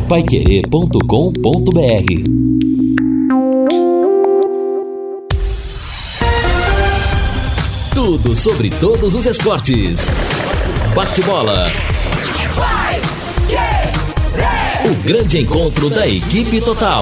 paiquerê.com.br. Tudo sobre todos os esportes. Bate-bola. O grande encontro da equipe total.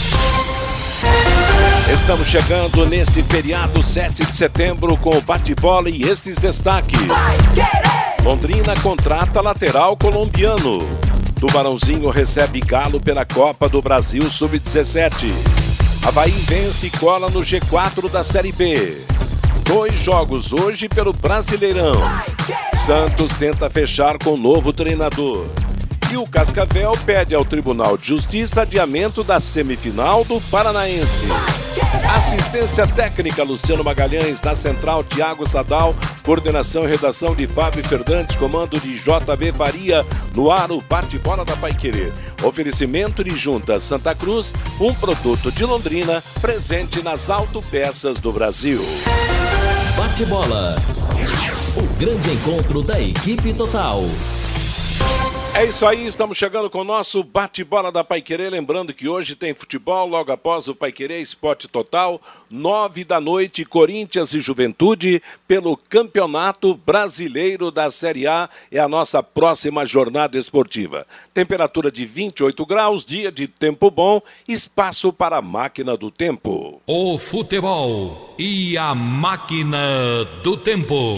Estamos chegando neste feriado 7 de setembro com o bate-bola e estes destaques. Londrina contrata lateral colombiano. Tubarãozinho recebe Galo pela Copa do Brasil Sub-17. Avaí vence e cola no G4 da Série B. 2 jogos hoje pelo Brasileirão. Santos tenta fechar com o novo treinador. E o Cascavel pede ao Tribunal de Justiça adiamento da semifinal do Paranaense. Assistência técnica Luciano Magalhães, na central Thiago Sadal, coordenação e redação de Fábio Fernandes, comando de JB Faria, no ar o bate-bola da Paiquerê. Oferecimento de Junta Santa Cruz, um produto de Londrina, presente nas autopeças do Brasil. Bate-bola, o grande encontro da equipe total. É isso aí, estamos chegando com o nosso bate-bola da Paiquerê, lembrando que hoje tem futebol, logo após o Paiquerê Esporte Total, 21h, Corinthians e Juventude, pelo Campeonato Brasileiro da Série A, é a nossa próxima jornada esportiva. Temperatura de 28 graus, dia de tempo bom, espaço para a máquina do tempo. O futebol e a máquina do tempo.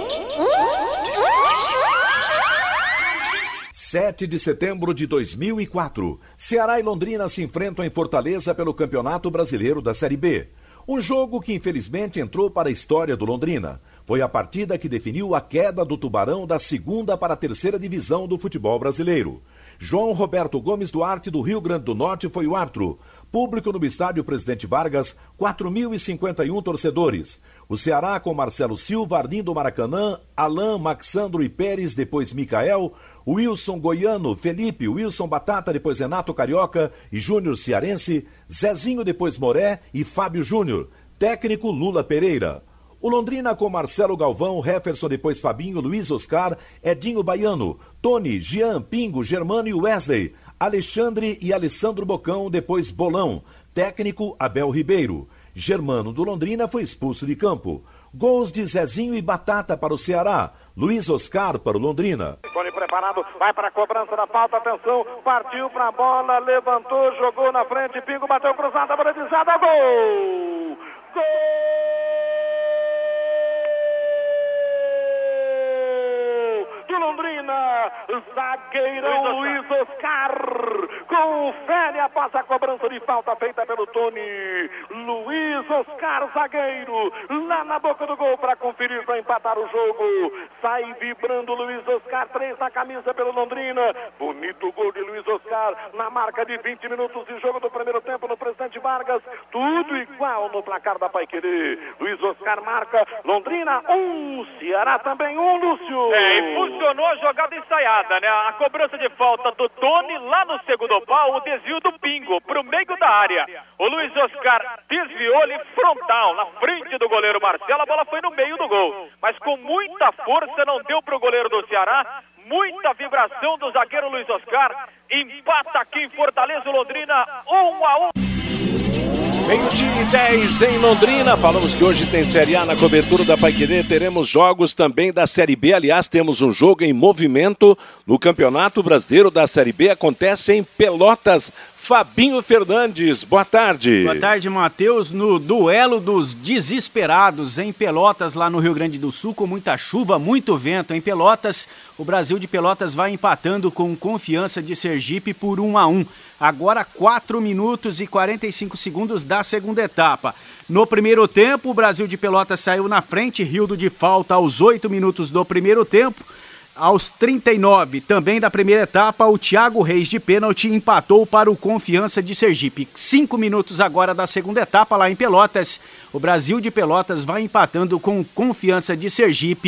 7 de setembro de 2004, Ceará e Londrina se enfrentam em Fortaleza pelo Campeonato Brasileiro da Série B. Um jogo que infelizmente entrou para a história do Londrina. Foi a partida que definiu a queda do Tubarão da 2ª para a 3ª divisão do futebol brasileiro. João Roberto Gomes Duarte, do Rio Grande do Norte, foi o árbitro. Público no estádio Presidente Vargas, 4.051 torcedores. O Ceará com Marcelo Silva, Arlindo Maracanã, Alain, Maxandro e Pérez, depois Micael, Wilson Goiano, Felipe, Wilson Batata, depois Renato Carioca e Júnior Cearense, Zezinho, depois Moré e Fábio Júnior. Técnico Lula Pereira. O Londrina com Marcelo Galvão, Jefferson, depois Fabinho, Luiz Oscar, Edinho Baiano, Tony, Jean, Pingo, Germano e Wesley, Alexandre e Alessandro Bocão, depois Bolão. Técnico Abel Ribeiro. Germano do Londrina foi expulso de campo. Gols de Zezinho e Batata para o Ceará. Luiz Oscar para o Londrina. Tony preparado, vai para a cobrança da falta, atenção, partiu para a bola, levantou, jogou na frente, Pingo bateu cruzada, bola desviada, gol! Gol! Do Londrina, zagueirão Luiz Oscar, com fé após a cobrança de falta feita pelo Tony. Luiz Oscar, zagueiro, lá na boca do gol para conferir, para empatar o jogo. Sai vibrando Luiz Oscar, 3 na camisa pelo Londrina. Bonito gol de Luiz Oscar na marca de 20 minutos de jogo do primeiro tempo no Presidente Vargas. Tudo igual no placar da Paiquerê. Luiz Oscar marca, Londrina 1, Ceará também 1, Lúcio. E funcionou a jogada ensaiada, né? A cobrança de falta do Tony lá no segundo pau, o desvio do Pingo pro meio da área. O Luiz Oscar desviou ali frontal, na frente do goleiro Marcelo, a bola foi no meio do gol. Mas com muita força não deu pro goleiro do Ceará, muita vibração do zagueiro Luiz Oscar, empata aqui em Fortaleza o Londrina 1-1. Meio-dia e 10 em Londrina. Falamos que hoje tem Série A na cobertura da Paiquerê. Teremos jogos também da Série B. Aliás, temos um jogo em movimento no Campeonato Brasileiro da Série B. Acontece em Pelotas. Fabinho Fernandes, boa tarde. Boa tarde, Matheus. No duelo dos desesperados em Pelotas, lá no Rio Grande do Sul, com muita chuva, muito vento em Pelotas, o Brasil de Pelotas vai empatando com Confiança de Sergipe por 1-1. Agora 4 minutos e 45 segundos da segunda etapa. No primeiro tempo, o Brasil de Pelotas saiu na frente, Rildo de falta aos 8 minutos do primeiro tempo. Aos 39, também da primeira etapa, o Thiago Reis de pênalti empatou para o Confiança de Sergipe. 5 minutos agora da segunda etapa lá em Pelotas. O Brasil de Pelotas vai empatando com Confiança de Sergipe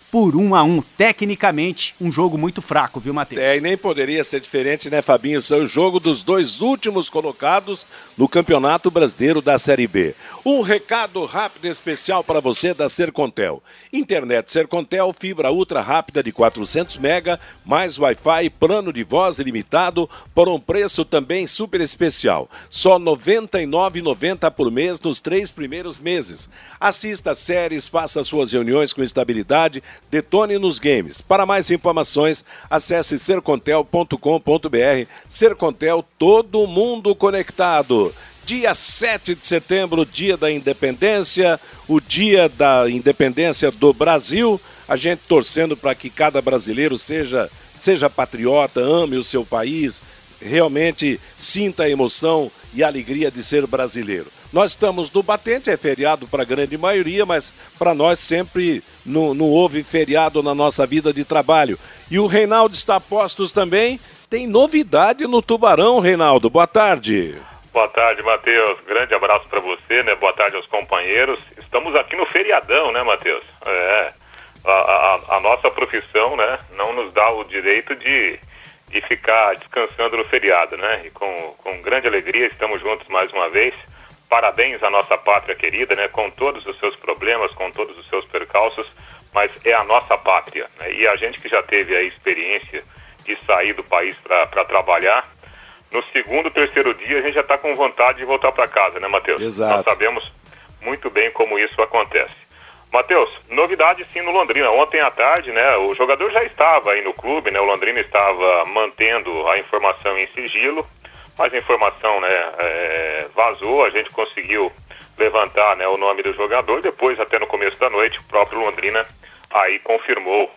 por 1-1. Tecnicamente, um jogo muito fraco, viu, Matheus? E nem poderia ser diferente, né, Fabinho? São o jogo dos 2 últimos colocados no Campeonato Brasileiro da Série B. Um recado rápido e especial para você da Sercontel. Internet Sercontel, fibra ultra rápida de 400 mega, mais Wi-Fi, plano de voz ilimitado, por um preço também super especial. Só R$ 99,90 por mês nos 3 primeiros meses. Assista séries, faça suas reuniões com estabilidade, detone nos games. Para mais informações, acesse sercontel.com.br. Sercontel, todo mundo conectado. Dia 7 de setembro, dia da independência, o dia da independência do Brasil. A gente torcendo para que cada brasileiro seja patriota, ame o seu país, realmente sinta a emoção e a alegria de ser brasileiro. Nós estamos no batente, é feriado para a grande maioria, mas para nós sempre não houve feriado na nossa vida de trabalho. E o Reinaldo está a postos também. Tem novidade no Tubarão, Reinaldo. Boa tarde. Boa tarde, Matheus. Grande abraço para você, né? Boa tarde aos companheiros. Estamos aqui no feriadão, né, Matheus? A nossa profissão, né, não nos dá o direito de ficar descansando no feriado, né? E com grande alegria estamos juntos mais uma vez. Parabéns à nossa pátria querida, né? Com todos os seus problemas, com todos os seus percalços, mas é a nossa pátria, né? E a gente que já teve a experiência de sair do país para trabalhar, no segundo, terceiro dia a gente já está com vontade de voltar para casa, né, Matheus? Exato. Nós sabemos muito bem como isso acontece. Matheus, novidade sim no Londrina. Ontem à tarde, né, o jogador já estava aí no clube, né? O Londrina estava mantendo a informação em sigilo, mas a informação, né, vazou, a gente conseguiu levantar, né, o nome do jogador. Depois, até no começo da noite, o próprio Londrina aí confirmou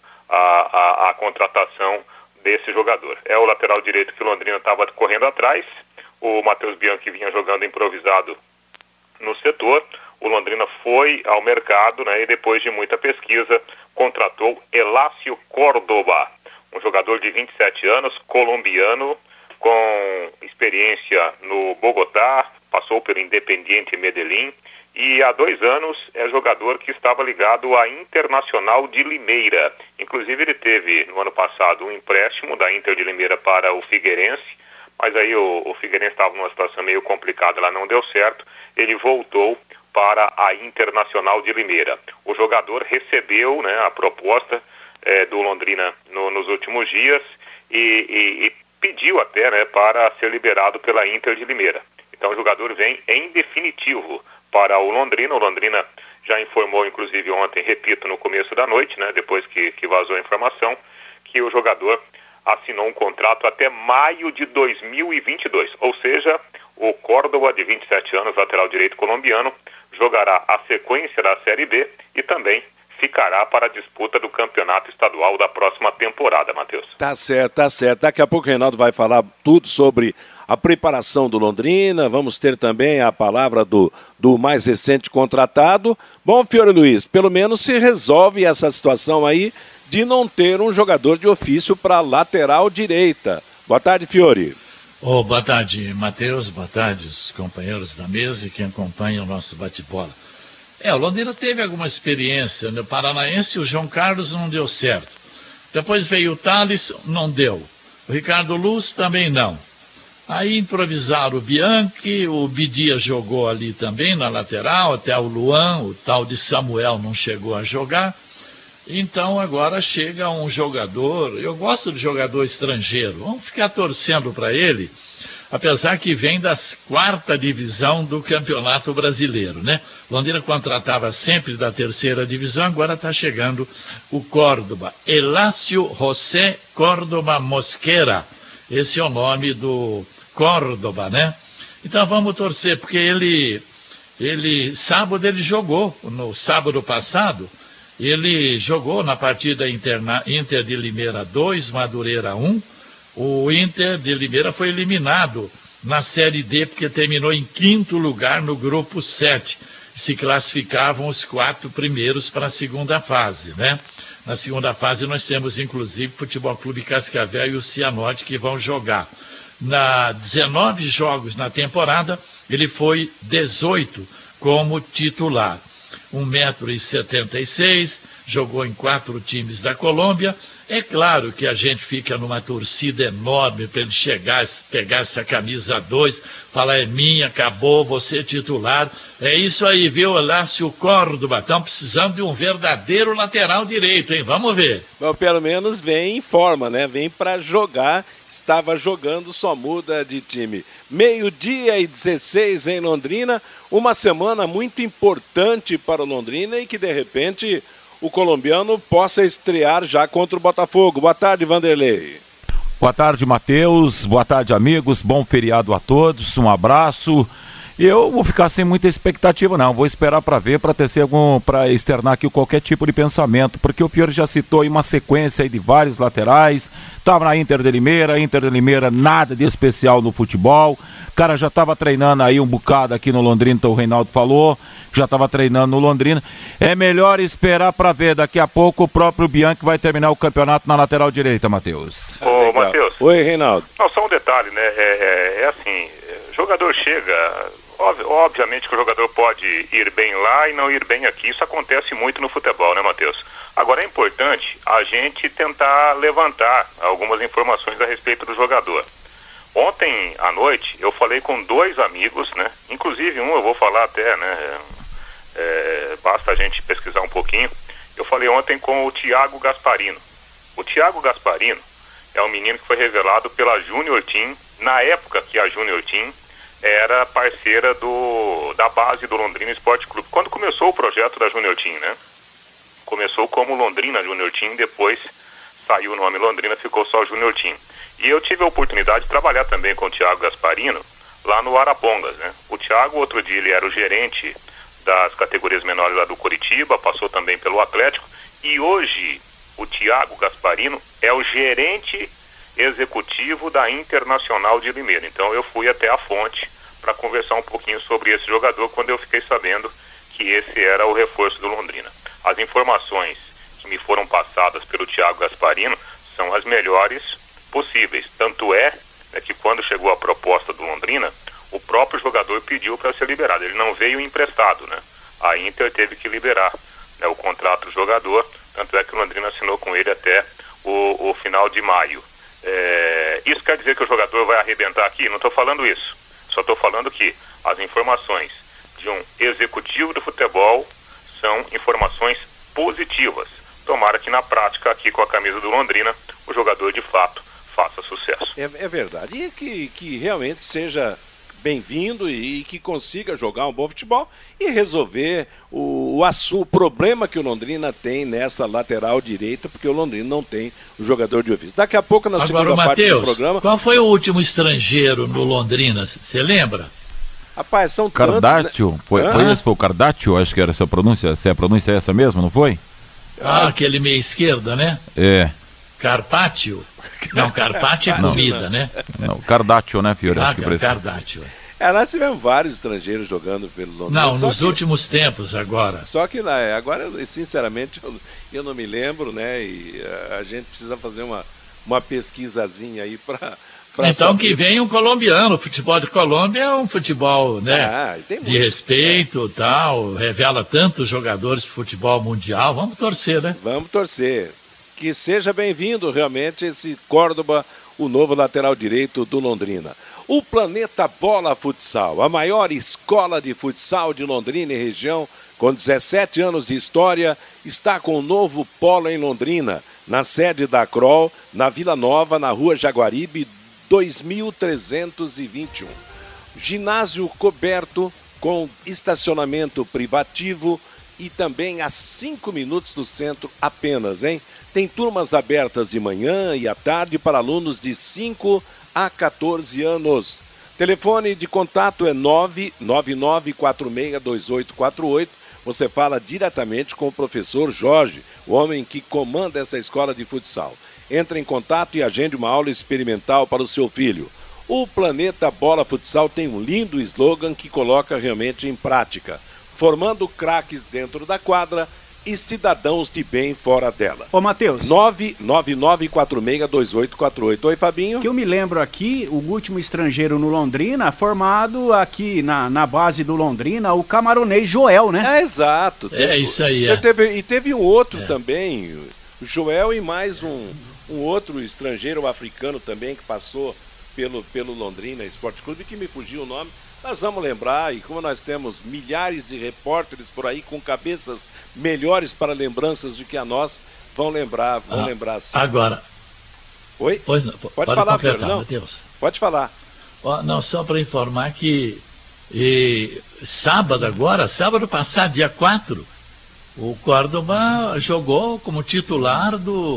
a contratação desse jogador. É o lateral direito que o Londrina estava correndo atrás. O Matheus Bianchi vinha jogando improvisado no setor. O Londrina foi ao mercado, né, e depois de muita pesquisa contratou Elácio Córdoba, um jogador de 27 anos, colombiano, com experiência no Bogotá, passou pelo Independiente Medellín e há 2 anos é jogador que estava ligado à Internacional de Limeira. Inclusive ele teve no ano passado um empréstimo da Inter de Limeira para o Figueirense, mas aí o Figueirense estava numa situação meio complicada, lá não deu certo, ele voltou para a Internacional de Limeira. O jogador recebeu, né, a proposta do Londrina nos últimos dias e pediu até, né, para ser liberado pela Inter de Limeira. Então o jogador vem em definitivo para o Londrina. O Londrina já informou, inclusive ontem, repito, no começo da noite, né, depois que vazou a informação, que o jogador assinou um contrato até maio de 2022. Ou seja, o Córdoba, de 27 anos, lateral direito colombiano, jogará a sequência da Série B e também ficará para a disputa do campeonato estadual da próxima temporada, Matheus. Tá certo, tá certo. Daqui a pouco o Reinaldo vai falar tudo sobre a preparação do Londrina. Vamos ter também a palavra do mais recente contratado. Bom, Fiore Luiz, pelo menos se resolve essa situação aí de não ter um jogador de ofício para a lateral direita. Boa tarde, Fiore. Boa tarde, Matheus. Boa tarde, os companheiros da mesa e quem acompanha o nosso bate-bola. O Londrina teve alguma experiência no Paranaense, o João Carlos não deu certo. Depois veio o Thales, não deu. O Ricardo Luz também não. Aí improvisaram o Bianchi, o Bidia jogou ali também na lateral, até o Luan, o tal de Samuel não chegou a jogar. Então agora chega um jogador, eu gosto de jogador estrangeiro, vamos ficar torcendo para ele, apesar que vem da 4ª divisão do Campeonato Brasileiro, né? Londrina contratava sempre da 3ª divisão, agora está chegando o Córdoba, Elácio José Córdoba Mosquera, esse é o nome do Córdoba, né? Então vamos torcer, porque sábado ele jogou, no sábado passado, ele jogou na partida Inter de Limeira 2, Madureira 1, o Inter de Limeira foi eliminado na Série D, porque terminou em 5º lugar no grupo 7. Se classificavam os 4 primeiros para a segunda fase, né? Na segunda fase nós temos, inclusive, Futebol Clube Cascavel e o Cianorte que vão jogar. Na 19 jogos na temporada, ele foi 18 como titular. 1,76 m, jogou em 4 times da Colômbia. É claro que a gente fica numa torcida enorme para ele chegar, pegar essa camisa 2, falar é minha, acabou, você titular. É isso aí, viu, Lácio Córdoba? Estão precisando de um verdadeiro lateral direito, hein? Vamos ver. Bom, pelo menos vem em forma, né? Vem para jogar, estava jogando, só muda de time. 12h16 em Londrina, uma semana muito importante para o Londrina e que de repente o colombiano possa estrear já contra o Botafogo. Boa tarde, Vanderlei. Boa tarde, Matheus. Boa tarde, amigos. Bom feriado a todos. Um abraço. Eu vou ficar sem muita expectativa, não. Vou esperar para ver, para externar aqui qualquer tipo de pensamento, porque o Fiore já citou aí uma sequência aí de vários laterais. Estava na Inter de Limeira, nada de especial no futebol. O cara já estava treinando aí um bocado aqui no Londrina, então o Reinaldo falou, já estava treinando no Londrina. É melhor esperar para ver. Daqui a pouco o próprio Bianchi vai terminar o campeonato na lateral direita, Matheus. Ô, Matheus. Oi, Reinaldo. Não, só um detalhe, né? É assim, jogador chega... Obviamente que o jogador pode ir bem lá e não ir bem aqui. Isso acontece muito no futebol, né, Matheus? Agora é importante a gente tentar levantar algumas informações a respeito do jogador. Ontem à noite eu falei com 2 amigos, né? Inclusive um eu vou falar até, né? Basta a gente pesquisar um pouquinho. Eu falei ontem com o Thiago Gasparino. O Thiago Gasparino é um menino que foi revelado pela Junior Team, na época que a Junior Team era parceira da base do Londrina Esporte Clube. Quando começou o projeto da Junior Team, né? Começou como Londrina Junior Team, depois saiu o nome Londrina, ficou só Junior Team. E eu tive a oportunidade de trabalhar também com o Thiago Gasparino lá no Arapongas, né? O Thiago, outro dia, ele era o gerente das categorias menores lá do Coritiba, passou também pelo Atlético, e hoje o Thiago Gasparino é o gerente executivo da Internacional de Limeira. Então eu fui até a fonte para conversar um pouquinho sobre esse jogador quando eu fiquei sabendo que esse era o reforço do Londrina. As informações que me foram passadas pelo Thiago Gasparino são as melhores possíveis. Tanto é que quando chegou a proposta do Londrina, o próprio jogador pediu para ser liberado. Ele não veio emprestado, né? A Inter teve que liberar, né, o contrato do jogador, tanto é que o Londrina assinou com ele até o final de maio. Isso quer dizer que o jogador vai arrebentar aqui? Não estou falando isso. Só estou falando que as informações de um executivo do futebol são informações positivas. Tomara que na prática, aqui com a camisa do Londrina, o jogador de fato faça sucesso. É verdade. E que realmente seja bem-vindo e que consiga jogar um bom futebol e resolver o problema que o Londrina tem nessa lateral direita, porque o Londrina não tem o jogador de ofício. Daqui a pouco, na segunda parte do programa... Qual foi o último estrangeiro no Londrina? Você lembra? Rapaz, são Cardácio, tantos... Foi o Cardácio, acho que era essa pronúncia. Se a pronúncia é essa mesmo, não foi? Aquele meia esquerda, né? Carpaccio. Não, carpaccio é comida, né? Não, Cardácio, né, Fiore? Acho que precisa. Cardácio. Nós tivemos vários estrangeiros jogando pelo Londrina. Não, nos últimos tempos agora. Só que agora, sinceramente, eu não me lembro, né? E a gente precisa fazer uma pesquisazinha aí para então saber. Que vem um colombiano. O futebol de Colômbia é um futebol, né? De respeito, tal, revela tantos jogadores de futebol mundial. Vamos torcer, né? Vamos torcer. Que seja bem-vindo realmente esse Córdoba, o novo lateral direito do Londrina. O Planeta Bola Futsal, a maior escola de futsal de Londrina e região, com 17 anos de história, está com um novo polo em Londrina, na sede da Crol, na Vila Nova, na Rua Jaguaribe, 2321. Ginásio coberto com estacionamento privativo e também a 5 minutos do centro apenas, hein? Tem turmas abertas de manhã e à tarde para alunos de 5 a 14 anos. Telefone de contato é 999462848. Você fala diretamente com o professor Jorge, o homem que comanda essa escola de futsal. Entre em contato e agende uma aula experimental para o seu filho. O Planeta Bola Futsal tem um lindo slogan que coloca realmente em prática. Formando craques dentro da quadra, e cidadãos de bem fora dela. Ô, Matheus. 999462848. Oi, Fabinho. Que eu me lembro aqui, o último estrangeiro no Londrina, formado aqui na base do Londrina, o camaronês Joel, né? É, exato. Isso aí. Teve um outro também, o Joel, e mais um outro estrangeiro africano também que passou pelo Londrina Esporte Clube, que me fugiu o nome. Nós vamos lembrar, e como nós temos milhares de repórteres por aí com cabeças melhores para lembranças do que a nós, vão lembrar sim. Agora. Oi? Pode falar, Fernando. Não, Matheus. pode falar. Não, só para informar que sábado passado, dia 4, o Córdoba jogou como titular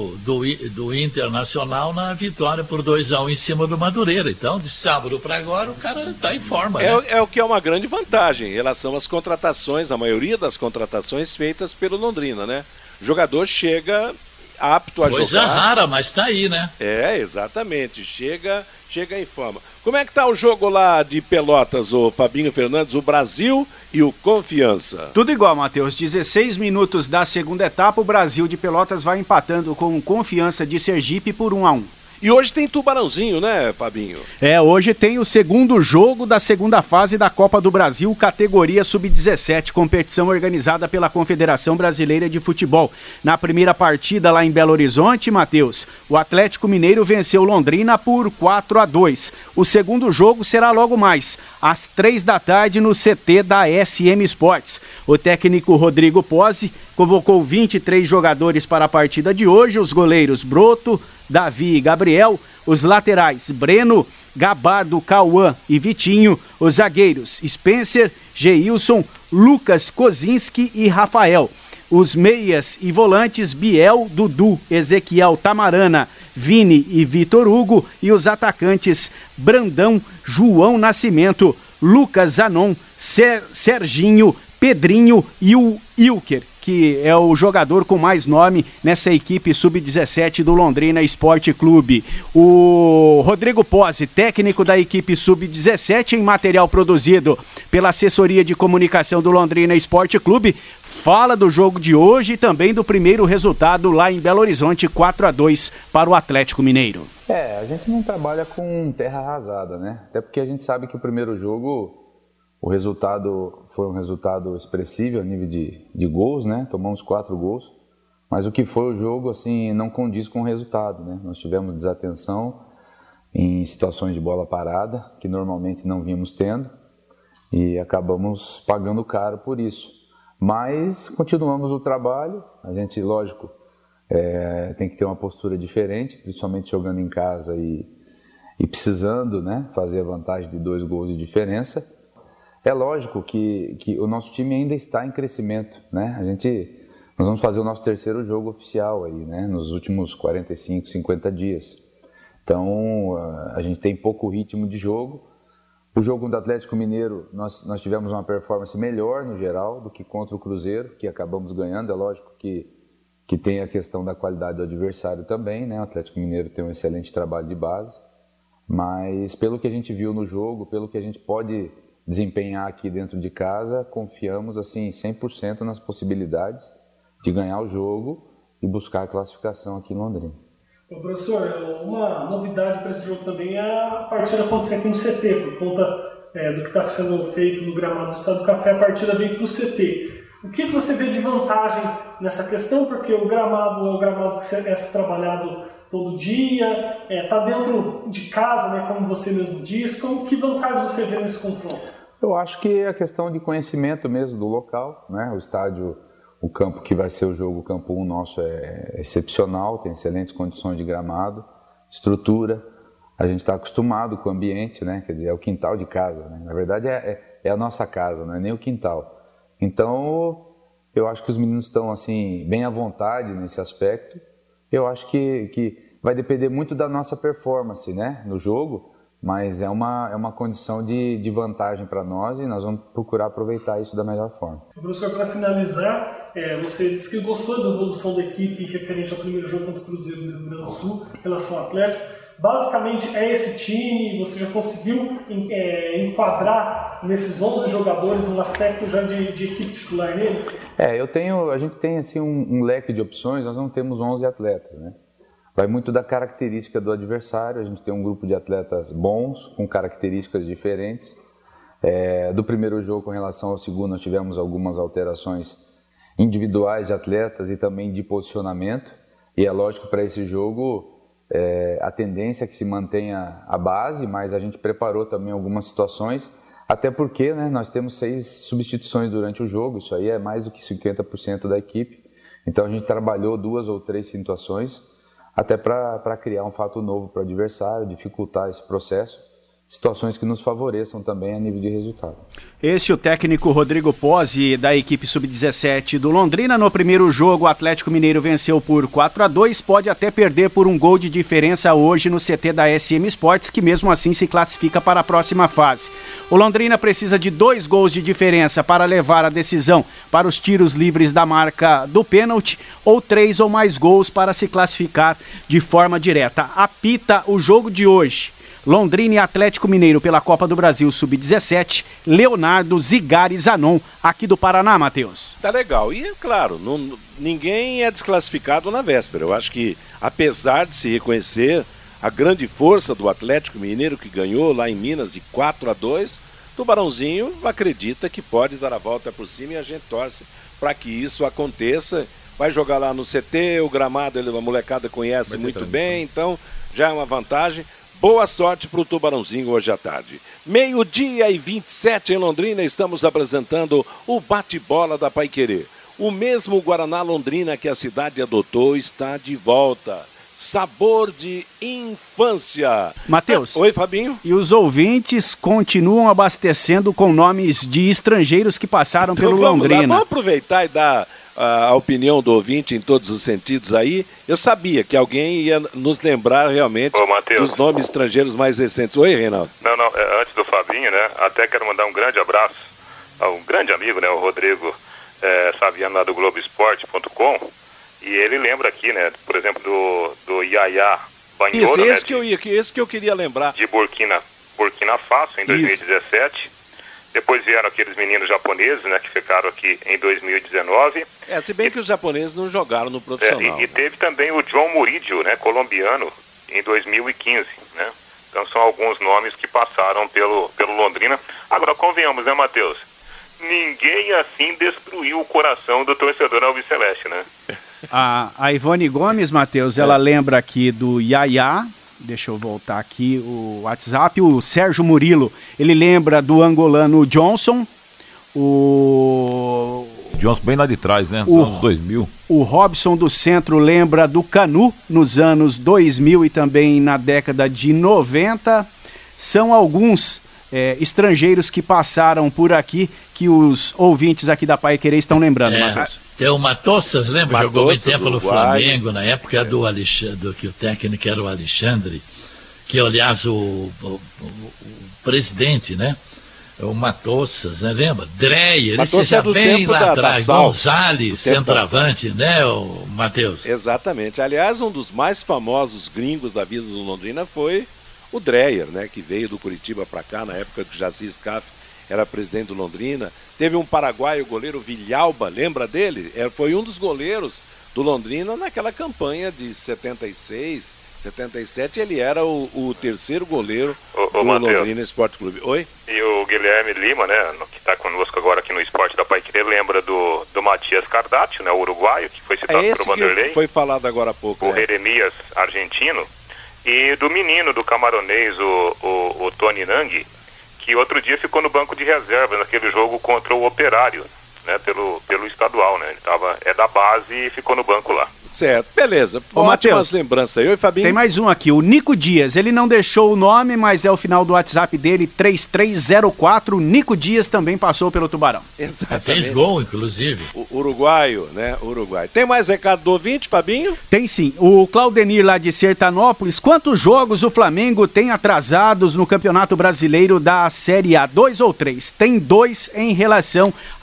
do Internacional na vitória por 2-1 em cima do Madureira. Então, de sábado para agora, o cara está em forma. É o que é uma grande vantagem em relação às contratações, a maioria das contratações feitas pelo Londrina, né? O jogador chega apto a jogar. Coisa rara, mas está aí, né? É, exatamente. Chega em forma. Como é que tá o jogo lá de Pelotas, o Fabinho Fernandes, o Brasil e o Confiança? Tudo igual, Matheus. 16 minutos da segunda etapa, o Brasil de Pelotas vai empatando com Confiança de Sergipe por 1-1. E hoje tem Tubarãozinho, né, Fabinho? Hoje tem o segundo jogo da segunda fase da Copa do Brasil, categoria Sub-17, competição organizada pela Confederação Brasileira de Futebol. Na primeira partida lá em Belo Horizonte, Matheus, o Atlético Mineiro venceu Londrina por 4-2. O segundo jogo será logo mais, às 3 da tarde no CT da SM Sports. O técnico Rodrigo Pozzi convocou 23 jogadores para a partida de hoje, os goleiros Broto, Davi e Gabriel, os laterais Breno, Gabardo, Cauã e Vitinho, os zagueiros Spencer, Geilson, Lucas Kozinski e Rafael, os meias e volantes Biel, Dudu, Ezequiel Tamarana, Vini e Vitor Hugo, e os atacantes Brandão, João Nascimento, Lucas Zanon, Serginho, Pedrinho e o Ilker, que é o jogador com mais nome nessa equipe sub-17 do Londrina Esporte Clube. O Rodrigo Pozzi, técnico da equipe sub-17, em material produzido pela assessoria de comunicação do Londrina Esporte Clube, fala do jogo de hoje e também do primeiro resultado lá em Belo Horizonte, 4-2 para o Atlético Mineiro. A gente não trabalha com terra arrasada, né? Até porque a gente sabe que o primeiro jogo, o resultado foi um resultado expressivo a nível de gols, né? Tomamos 4 gols, mas o que foi o jogo, assim, não condiz com o resultado, né? Nós tivemos desatenção em situações de bola parada, que normalmente não vínhamos tendo, e acabamos pagando caro por isso. Mas continuamos o trabalho, a gente, lógico, tem que ter uma postura diferente, principalmente jogando em casa e precisando, né, fazer a vantagem de 2 gols de diferença. É lógico que o nosso time ainda está em crescimento, né? Nós vamos fazer o nosso terceiro jogo oficial aí, né? Nos últimos 45, 50 dias. Então, a gente tem pouco ritmo de jogo. O jogo do Atlético Mineiro, nós tivemos uma performance melhor no geral do que contra o Cruzeiro, que acabamos ganhando. É lógico que tem a questão da qualidade do adversário também, né? O Atlético Mineiro tem um excelente trabalho de base. Mas pelo que a gente viu no jogo, pelo que a gente pode desempenhar aqui dentro de casa, confiamos assim 100% nas possibilidades de ganhar o jogo e buscar a classificação aqui em Londrina. Professor, uma novidade para esse jogo também é a partida acontecer aqui no CT, por conta do que está sendo feito no gramado do Estado do Café, a partida vem para o CT. O que você vê de vantagem nessa questão? Porque o gramado é o gramado que é trabalhado todo dia, está dentro de casa, né, como você mesmo diz. Que vantagem você vê nesse confronto? Eu acho que é a questão de conhecimento mesmo do local, né? O estádio, o campo que vai ser o jogo, o campo 1 nosso é excepcional, tem excelentes condições de gramado, estrutura, a gente está acostumado com o ambiente, né? Quer dizer, é o quintal de casa, né? Na verdade é a nossa casa, não é nem o quintal. Então, eu acho que os meninos estão assim, bem à vontade nesse aspecto. Eu acho que vai depender muito da nossa performance, né, no jogo, mas é uma condição de vantagem para nós e nós vamos procurar aproveitar isso da melhor forma. Professor, para finalizar, você disse que gostou da evolução da equipe referente ao primeiro jogo contra o Cruzeiro do Rio Grande do Sul, em relação ao Atlético. Basicamente é esse time, você já conseguiu enquadrar nesses 11 jogadores um aspecto já de equipe titular neles? A gente tem assim um leque de opções, nós não temos 11 atletas, né? Vai muito da característica do adversário, a gente tem um grupo de atletas bons, com características diferentes. Do primeiro jogo com relação ao segundo, nós tivemos algumas alterações individuais de atletas e também de posicionamento. E é lógico, para esse jogo, a tendência é que se mantenha a base, mas a gente preparou também algumas situações, até porque, né, nós temos 6 substituições durante o jogo, isso aí é mais do que 50% da equipe. Então a gente trabalhou 2 ou 3 situações, até para criar um fato novo para o adversário, dificultar esse processo. Situações que nos favoreçam também a nível de resultado. Esse é o técnico Rodrigo Pozzi, da equipe Sub-17 do Londrina. No primeiro jogo, o Atlético Mineiro venceu por 4-2, pode até perder por 1 gol de diferença hoje no CT da SM Sports, que mesmo assim se classifica para a próxima fase. O Londrina precisa de 2 gols de diferença para levar a decisão para os tiros livres da marca do pênalti, ou 3 ou mais gols para se classificar de forma direta. Apita o jogo de hoje. Londrina e Atlético Mineiro pela Copa do Brasil Sub-17, Leonardo Zigari Zanon, aqui do Paraná, Matheus. Tá legal. E, claro, ninguém é desclassificado na véspera. Eu acho que, apesar de se reconhecer a grande força do Atlético Mineiro, que ganhou lá em Minas de 4-2, Tubarãozinho acredita que pode dar a volta por cima e a gente torce para que isso aconteça. Vai jogar lá no CT, o gramado a molecada conhece muito bem, então já é uma vantagem. Boa sorte para o Tubarãozinho hoje à tarde. 12h27 em Londrina, estamos apresentando o bate-bola da Paiquerê. O mesmo Guaraná Londrina que a cidade adotou está de volta. Sabor de infância. Matheus. Oi, Fabinho. E os ouvintes continuam abastecendo com nomes de estrangeiros que passaram pelo Londrina. Vamos aproveitar e dar a opinião do ouvinte em todos os sentidos aí. Eu sabia que alguém ia nos lembrar realmente dos nomes estrangeiros mais recentes. Oi, Reinaldo. Não, antes do Fabinho, né, até quero mandar um grande abraço a um grande amigo, né, o Rodrigo Saviano, lá do Globoesporte.com, e ele lembra aqui, né, por exemplo, do Yaya Banhoro, esse que eu queria lembrar. De Burkina Faso, em 2017. Depois vieram aqueles meninos japoneses, né, que ficaram aqui em 2019. Se bem que os japoneses não jogaram no profissional. E teve também o John Murillo, né, colombiano, em 2015, né. Então são alguns nomes que passaram pelo Londrina. Agora, convenhamos, né, Matheus? Ninguém assim destruiu o coração do torcedor alviceleste, né? A Ivone Gomes, Matheus, ela lembra aqui do Yaya. Deixa eu voltar aqui o WhatsApp. O Sérgio Murilo, ele lembra do angolano Johnson. O Johnson bem lá de trás, né? Nos anos 2000. O Robson do Centro lembra do Canu nos anos 2000 e também na década de 90. São alguns estrangeiros que passaram por aqui que os ouvintes aqui da Paiquerê estão lembrando, Matheus. Tem o Matossas, lembra? Jogou muito tempo no Flamengo, na época do Alexandre, que o técnico era o Alexandre, que aliás o presidente, né? O Matossas, né? Lembra? Dreyer, esse já bem lá atrás, Gonzalez, centroavante, né, o Matheus? Exatamente. Aliás, um dos mais famosos gringos da vida do Londrina foi o Dreyer, né? Que veio do Curitiba para cá, na época que o Jaci Scaff era presidente do Londrina. Teve um paraguaio, o goleiro Villalba, lembra dele? Foi um dos goleiros do Londrina naquela campanha de 76, 77. Ele era o terceiro goleiro do Londrina Esporte Clube. Oi? E o Guilherme Lima, né, que está conosco agora aqui no Esporte da Paiquerê, lembra do Matias Cardácio, né, o uruguaio, que foi citado pelo Vanderlei. Foi falado agora há pouco. O Jeremias, argentino. E do menino, do camaronês, o Tony Nang, que outro dia ficou no banco de reserva naquele jogo contra o Operário, né, pelo estadual, né? Ele é da base e ficou no banco lá. Certo, beleza. Ótimas lembranças aí. Oi, Fabinho. Tem mais um aqui, o Nico Dias. Ele não deixou o nome, mas é o final do WhatsApp dele, 3304. Nico Dias também passou pelo Tubarão. Exatamente. Fez gol, inclusive. O uruguaio, né? Uruguai. Tem mais recado do ouvinte, Fabinho? Tem sim. O Claudenir, lá de Sertanópolis. Quantos jogos o Flamengo tem atrasados no Campeonato Brasileiro da Série A? 2 ou 3? Tem 2 em relação ao Atlético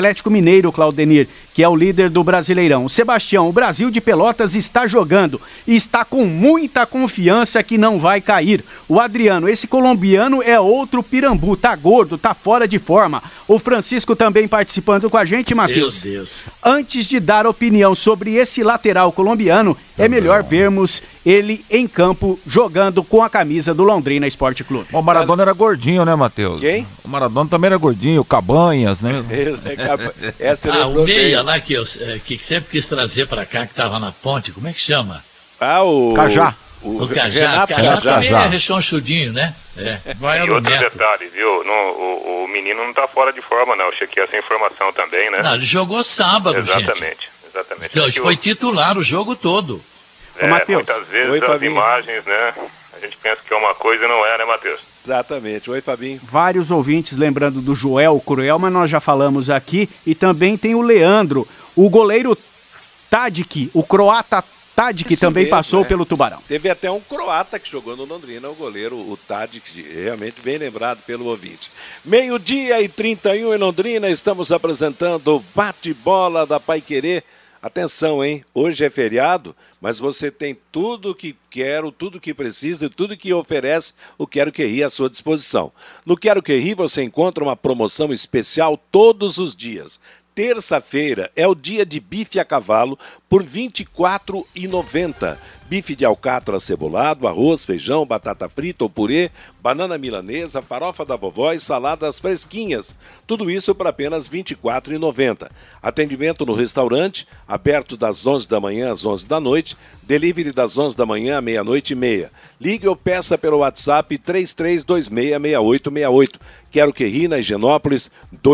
Atlético Mineiro, Claudenir, que é o líder do Brasileirão. O Sebastião, o Brasil de Pelotas está jogando e está com muita confiança que não vai cair. O Adriano, esse colombiano é outro pirambu, tá gordo, tá fora de forma. O Francisco também participando com a gente, Matheus. Meu Deus. Antes de dar opinião sobre esse lateral colombiano, é melhor vermos ele em campo jogando com a camisa do Londrina Esporte Clube. O Maradona era gordinho, né, Matheus? Quem? O Maradona também era gordinho, Cabanhas, né? O meia lá que sempre quis trazer pra cá, que tava na ponte, como é que chama? O Cajá. O Cajá. Cajá também é rechonchudinho, né? Vai e outro detalhe, viu? O menino não tá fora de forma, não. Eu chequei essa informação também, né? Não, ele jogou sábado, Exatamente. Então, ele foi titular o jogo todo. Muitas vezes as imagens, né? A gente pensa que é uma coisa e não é, né, Matheus? Exatamente. Oi, Fabinho. Vários ouvintes lembrando do Joel Cruel, mas nós já falamos aqui. E também tem o Leandro, o goleiro Tadic, o croata Tadic também mesmo, passou pelo Tubarão. Teve até um croata que jogou no Londrina, o goleiro, o Tadic, realmente bem lembrado pelo ouvinte. 12h31 em Londrina, estamos apresentando o bate-bola da Paiquerê. Atenção, hein? Hoje é feriado, mas você tem tudo que quer, tudo que precisa e tudo que oferece o Quero Que Ri à sua disposição. No Quero Que Ri você encontra uma promoção especial todos os dias. Terça-feira é o dia de bife a cavalo por R$ 24,90. Bife de alcatra acebolado, arroz, feijão, batata frita ou purê, banana milanesa, farofa da vovó e saladas fresquinhas. Tudo isso por apenas R$ 24,90. Atendimento no restaurante, aberto das 11 da manhã às 11 da noite, delivery das 11 da manhã à meia-noite e meia. Ligue ou peça pelo WhatsApp 33266868. Quero Que Ri, na Higienópolis,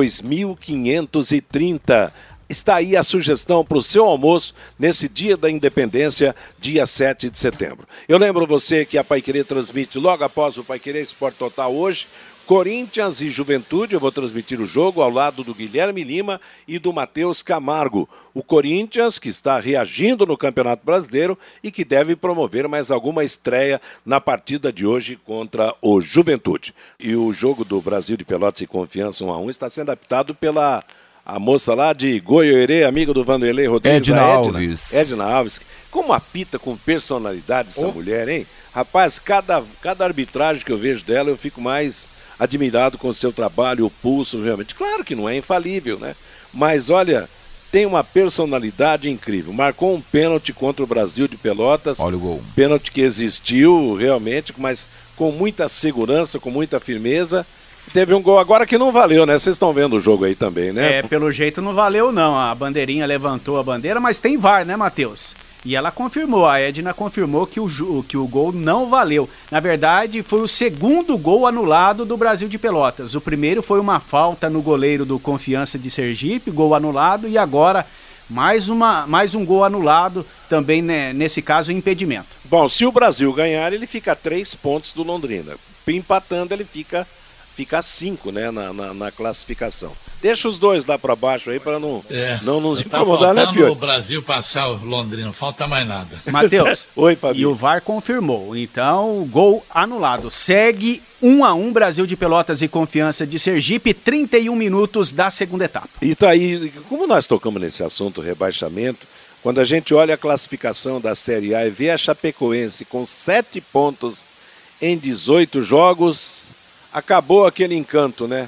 2530. Está aí a sugestão para o seu almoço nesse dia da independência, dia 7 de setembro. Eu lembro você que a Paiquerê transmite logo após o Paiquerê Esporte Total hoje, Corinthians e Juventude. Eu vou transmitir o jogo ao lado do Guilherme Lima e do Matheus Camargo. O Corinthians, que está reagindo no Campeonato Brasileiro e que deve promover mais alguma estreia na partida de hoje contra o Juventude. E o jogo do Brasil de Pelotas e Confiança 1-1 está sendo adaptado pela moça lá de Goiôerê, amiga do Vanderlei Rodrigues. Edna Alves. Como apita com personalidade essa mulher, hein? Rapaz, cada arbitragem que eu vejo dela, eu fico mais admirado com o seu trabalho, o pulso, realmente. Claro que não é infalível, né? Mas, olha, tem uma personalidade incrível. Marcou um pênalti contra o Brasil de Pelotas. Olha o gol. Pênalti que existiu, realmente, mas com muita segurança, com muita firmeza. Teve um gol agora que não valeu, né? Vocês estão vendo o jogo aí também, né? Pelo jeito não valeu, não. A bandeirinha levantou a bandeira, mas tem VAR, né, Matheus? E ela confirmou, a Edna confirmou que o gol não valeu. Na verdade, foi o segundo gol anulado do Brasil de Pelotas. O primeiro foi uma falta no goleiro do Confiança de Sergipe, gol anulado, e agora mais um gol anulado, também, né, nesse caso, impedimento. Bom, se o Brasil ganhar, ele fica a 3 pontos do Londrina. Empatando, ele fica a 5, né, na classificação. Deixa os dois lá para baixo aí para não nos incomodar, né, Fiore? O Brasil passar o Londrina, não falta mais nada. Matheus, oi, Fabinho. E o VAR confirmou, então, gol anulado. Segue 1-1 Brasil de Pelotas e Confiança de Sergipe, 31 minutos da segunda etapa. E tá aí, como nós tocamos nesse assunto, rebaixamento, quando a gente olha a classificação da Série A e vê a Chapecoense com 7 pontos em 18 jogos, acabou aquele encanto, né?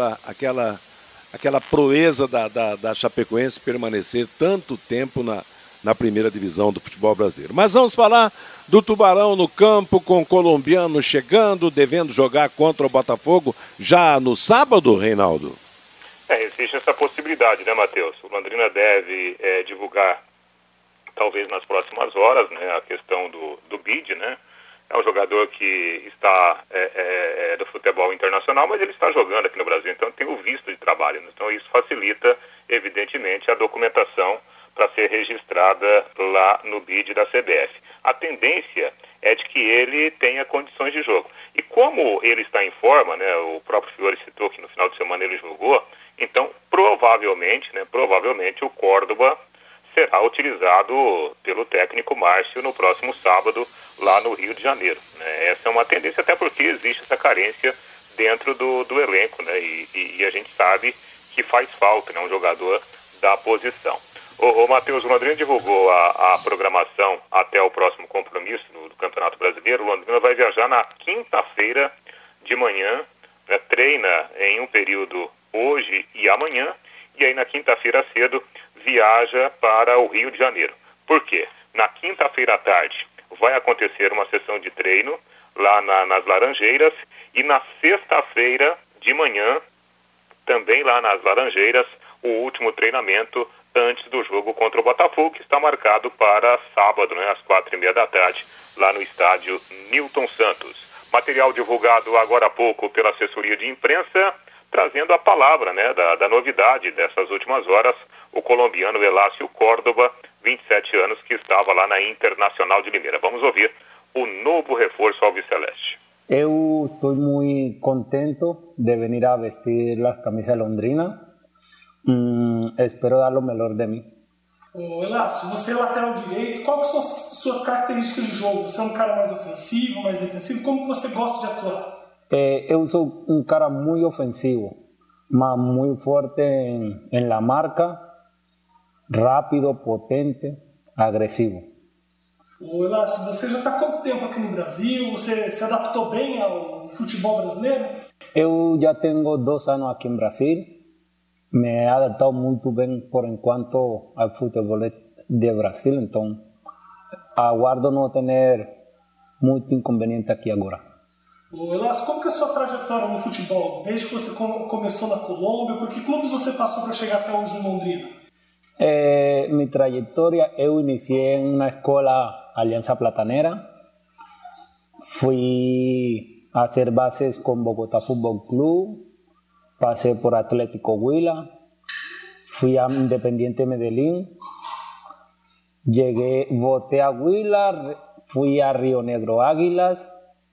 Aquela proeza da Chapecoense permanecer tanto tempo na primeira divisão do futebol brasileiro. Mas vamos falar do Tubarão no campo, com o colombiano chegando, devendo jogar contra o Botafogo já no sábado, Reinaldo? Existe essa possibilidade, né, Matheus? O Londrina deve divulgar, talvez nas próximas horas, né, a questão do bid, né? É um jogador que está do futebol internacional, mas ele está jogando aqui no Brasil, então tem o visto de trabalho. Então isso facilita, evidentemente, a documentação para ser registrada lá no BID da CBF. A tendência é de que ele tenha condições de jogo. E como ele está em forma, né, o próprio Fiore citou que no final de semana ele jogou, então provavelmente o Córdoba será utilizado pelo técnico Márcio no próximo sábado lá no Rio de Janeiro, né? Essa é uma tendência, até porque existe essa carência dentro do elenco, né? E a gente sabe que que faz falta, né, um jogador da posição. O Matheus, o Londrina divulgou a programação até o próximo compromisso do Campeonato Brasileiro. O Londrina vai viajar na quinta-feira de manhã, né, treina em um período hoje e amanhã, e aí na quinta-feira cedo viaja para o Rio de Janeiro. Por quê? Na quinta-feira à tarde vai acontecer uma sessão de treino lá nas Laranjeiras, e na sexta-feira de manhã, também lá nas Laranjeiras, o último treinamento antes do jogo contra o Botafogo, que está marcado para sábado, né, às 4h30 da tarde, lá no estádio Newton Santos. Material divulgado agora há pouco pela assessoria de imprensa, trazendo a palavra, né, da novidade dessas últimas horas, o colombiano Elácio Córdoba, 27 anos, que estava lá na Internacional de Limeira. Vamos ouvir o novo reforço alviceleste. Eu estou muito contente de vir a vestir a camisa londrina. Espero dar o melhor de mim. Elácio, você é lateral direito, quais são as suas características de jogo? Você é um cara mais ofensivo, mais defensivo? Como você gosta de atuar? Eu sou um cara muito ofensivo, mas muito forte em la marca, rápido, potente, agressivo. Elácio, você já está há quanto tempo aqui no Brasil? Você se adaptou bem ao futebol brasileiro? Eu já tenho 2 anos aqui no Brasil. Me he adaptado muito bem, por enquanto, ao futebol de Brasil. Então, aguardo não ter muito inconveniente aqui agora. Elácio, como que é a sua trajetória no futebol? Desde que você começou na Colômbia, por que clubes você passou para chegar até hoje em Londrina? Minha trajetória, eu iniciei em uma escola Aliança Platanera. Fui a hacer bases com Bogotá Fútbol Club. Pasé por Atlético Huila, fui a Independiente Medellín, voté a Huila, fui a Río Negro Águilas,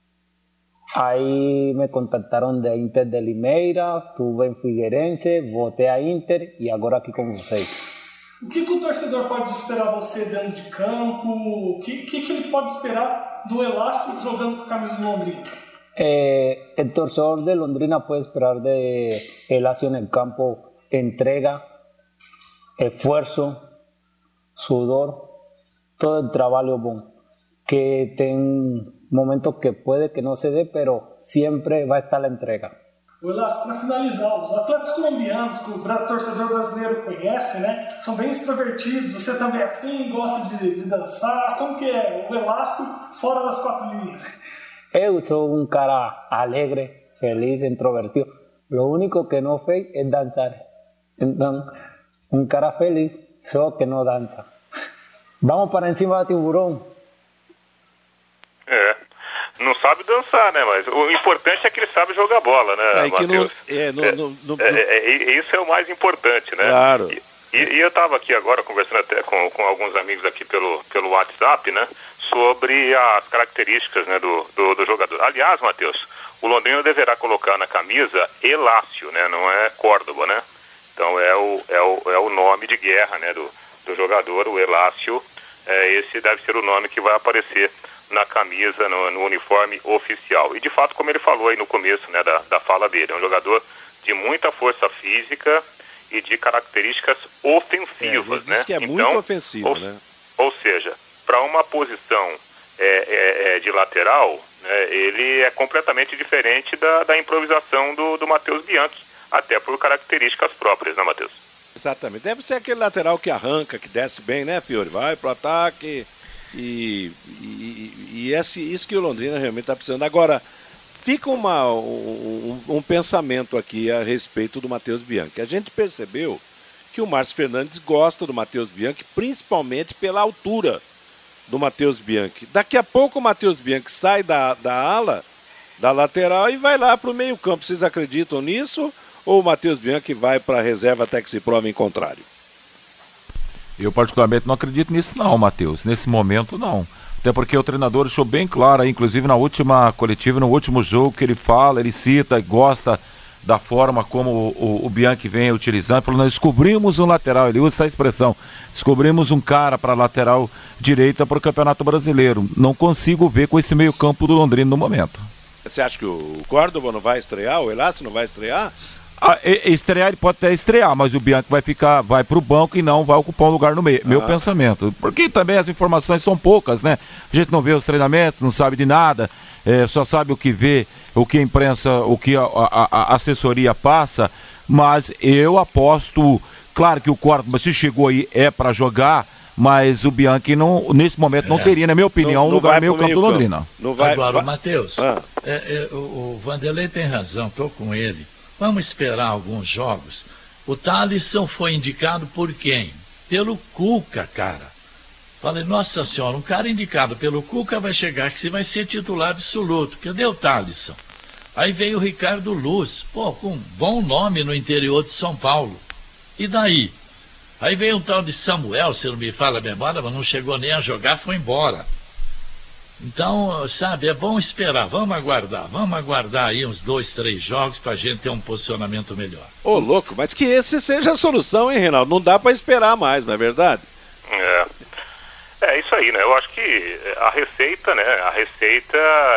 ahí me contactaron de Inter de Limeira, estuve en Figueirense, voté a Inter e agora aqui com vocês. O que o torcedor pode esperar você dentro de campo? O que ele pode esperar do Elácio jogando com a camisa do Londrina? El torcedor de Londrina puede esperar de Elácio en el campo entrega, esfuerzo, sudor, todo el trabajo bom. Que tem momentos que puede que no se dé, pero siempre va a estar la entrega. Elácio, para finalizar, os atletas colombianos que o torcedor brasileiro conhece, né, são bem extrovertidos. Você também é assim, gosta de dançar? Como que é o Elácio fora das 4 linhas? Eu sou um cara alegre, feliz, introvertido. Lo único que não fez é dançar. Então, um cara feliz, só que não dança. Vamos para cima do tiburão. Não sabe dançar, né? Mas o importante é que ele sabe jogar bola, né, Matheus? Isso é o mais importante, né? Claro. E eu estava aqui agora conversando até com alguns amigos aqui pelo WhatsApp, né? Sobre as características, né, do jogador. Aliás, Matheus, o Londrina deverá colocar na camisa Elácio, né? Não é Córdoba, né? Então é o nome de guerra, né, do jogador, o Elácio. Esse deve ser o nome que vai aparecer na camisa, no uniforme oficial. E de fato, como ele falou aí no começo, né, da fala dele, é um jogador de muita força física e de características ofensivas, né? Diz que é muito ofensivo, né? Ou seja, para uma posição de lateral, né, ele é completamente diferente da improvisação do Matheus Bianchi, até por características próprias, né, Matheus? Exatamente. Deve ser aquele lateral que arranca, que desce bem, né, Fiore? Vai pro ataque e isso que o Londrina realmente está precisando. Agora, fica um pensamento aqui a respeito do Matheus Bianchi. A gente percebeu que o Márcio Fernandes gosta do Matheus Bianchi, principalmente pela altura do Matheus Bianchi. Daqui a pouco o Matheus Bianchi sai da ala, da lateral, e vai lá para o meio campo. Vocês acreditam nisso? Ou o Matheus Bianchi vai para a reserva até que se prove em contrário? Eu particularmente não acredito nisso não, Matheus. Nesse momento não. Até porque o treinador deixou bem claro, inclusive na última coletiva, no último jogo, que ele fala, ele cita, gosta da forma como o Bianchi vem utilizando. Falou, nós descobrimos um lateral, ele usa essa expressão, descobrimos um cara para lateral direita para o Campeonato Brasileiro. Não consigo ver com esse meio campo do Londrina no momento. Você acha que o Córdoba não vai estrear, o Elácio não vai estrear? Estrear, ele pode até estrear, mas o Bianchi vai pro banco e não vai ocupar um lugar no meio. Meu pensamento. Porque também as informações são poucas, né? A gente não vê os treinamentos, não sabe de nada, só sabe o que vê, o que a imprensa, o que a assessoria passa, mas eu aposto, claro que o Córdoba, se chegou aí, é para jogar, mas o Bianchi não, nesse momento não teria, na minha opinião, um lugar meio campo do Londrina. Agora, Matheus, o Vanderlei tem razão, estou com ele. Vamos esperar alguns jogos. O Thalisson foi indicado por quem? Pelo Cuca, cara. Falei, nossa senhora, um cara indicado pelo Cuca vai chegar que você vai ser titular absoluto. Cadê o Thalisson? Aí veio o Ricardo Luz, com um bom nome no interior de São Paulo. E daí? Aí veio um tal de Samuel, se não me fala a memória, mas não chegou nem a jogar, foi embora. Então, sabe, é bom esperar, vamos aguardar aí uns 2, 3 jogos pra gente ter um posicionamento melhor. Ô, louco, mas que esse seja a solução, hein, Reinaldo? Não dá pra esperar mais, não é verdade? É isso aí, né? Eu acho que a receita, né? A receita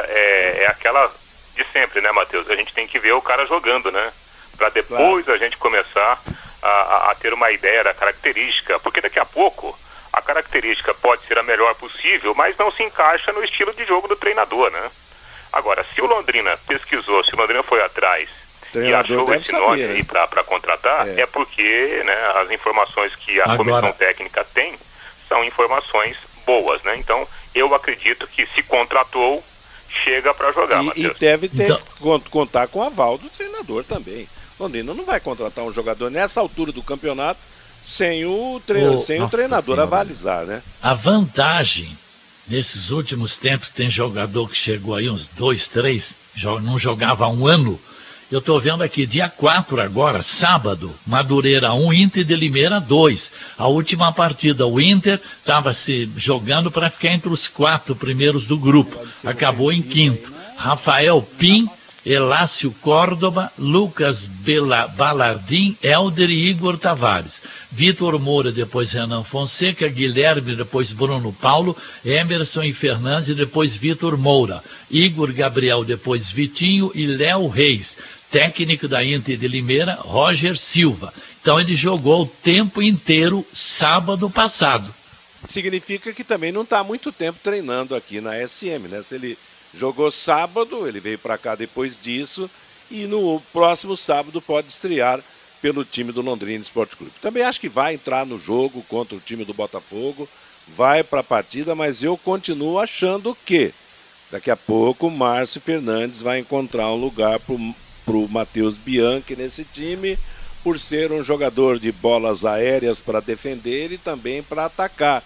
é aquela de sempre, né, Matheus? A gente tem que ver o cara jogando, né? Pra depois a gente começar a ter uma ideia da característica, porque daqui a pouco a característica pode ser a melhor possível, mas não se encaixa no estilo de jogo do treinador, né? Agora, se o Londrina pesquisou, se o Londrina foi atrás e achou esse nome aí para contratar, é porque, né, as informações que a comissão técnica tem são informações boas, né? Então, eu acredito que se contratou, chega para jogar, Matheus. E deve contar com o aval do treinador também. Londrina não vai contratar um jogador nessa altura do campeonato sem o treinador avalizar, né? A vantagem, nesses últimos tempos, tem jogador que chegou aí uns 2, 3, não jogava há um ano. Eu estou vendo aqui, dia 4 agora, sábado, Madureira 1, Inter de Limeira 2. A última partida, o Inter estava se jogando para ficar entre os 4 primeiros do grupo. Acabou em quinto. Rafael Pim, Elácio Córdoba, Lucas Balardim, Helder e Igor Tavares. Vitor Moura, depois Renan Fonseca, Guilherme, depois Bruno Paulo, Emerson e Fernandes, e depois Vitor Moura. Igor Gabriel, depois Vitinho e Léo Reis. Técnico da Inter de Limeira, Roger Silva. Então ele jogou o tempo inteiro sábado passado. Significa que também não está há muito tempo treinando aqui na SM, né? Se ele jogou sábado, ele veio para cá depois disso, e no próximo sábado pode estrear pelo time do Londrina Esporte Clube. Também acho que vai entrar no jogo contra o time do Botafogo, vai para a partida, mas eu continuo achando que daqui a pouco o Márcio Fernandes vai encontrar um lugar para o Matheus Bianchi nesse time, por ser um jogador de bolas aéreas para defender e também para atacar.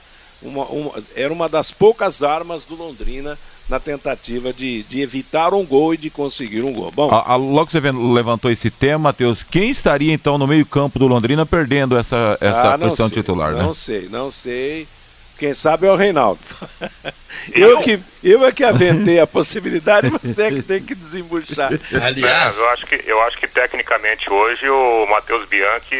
Era uma das poucas armas do Londrina na tentativa de evitar um gol e de conseguir um gol. Bom, logo que você levantou esse tema, Matheus, quem estaria então no meio-campo do Londrina perdendo essa posição titular, né? Não sei. Quem sabe é o Reinaldo. Eu é que aventei a possibilidade, você é que tem que desembuchar. Aliás, eu acho que tecnicamente hoje o Matheus Bianchi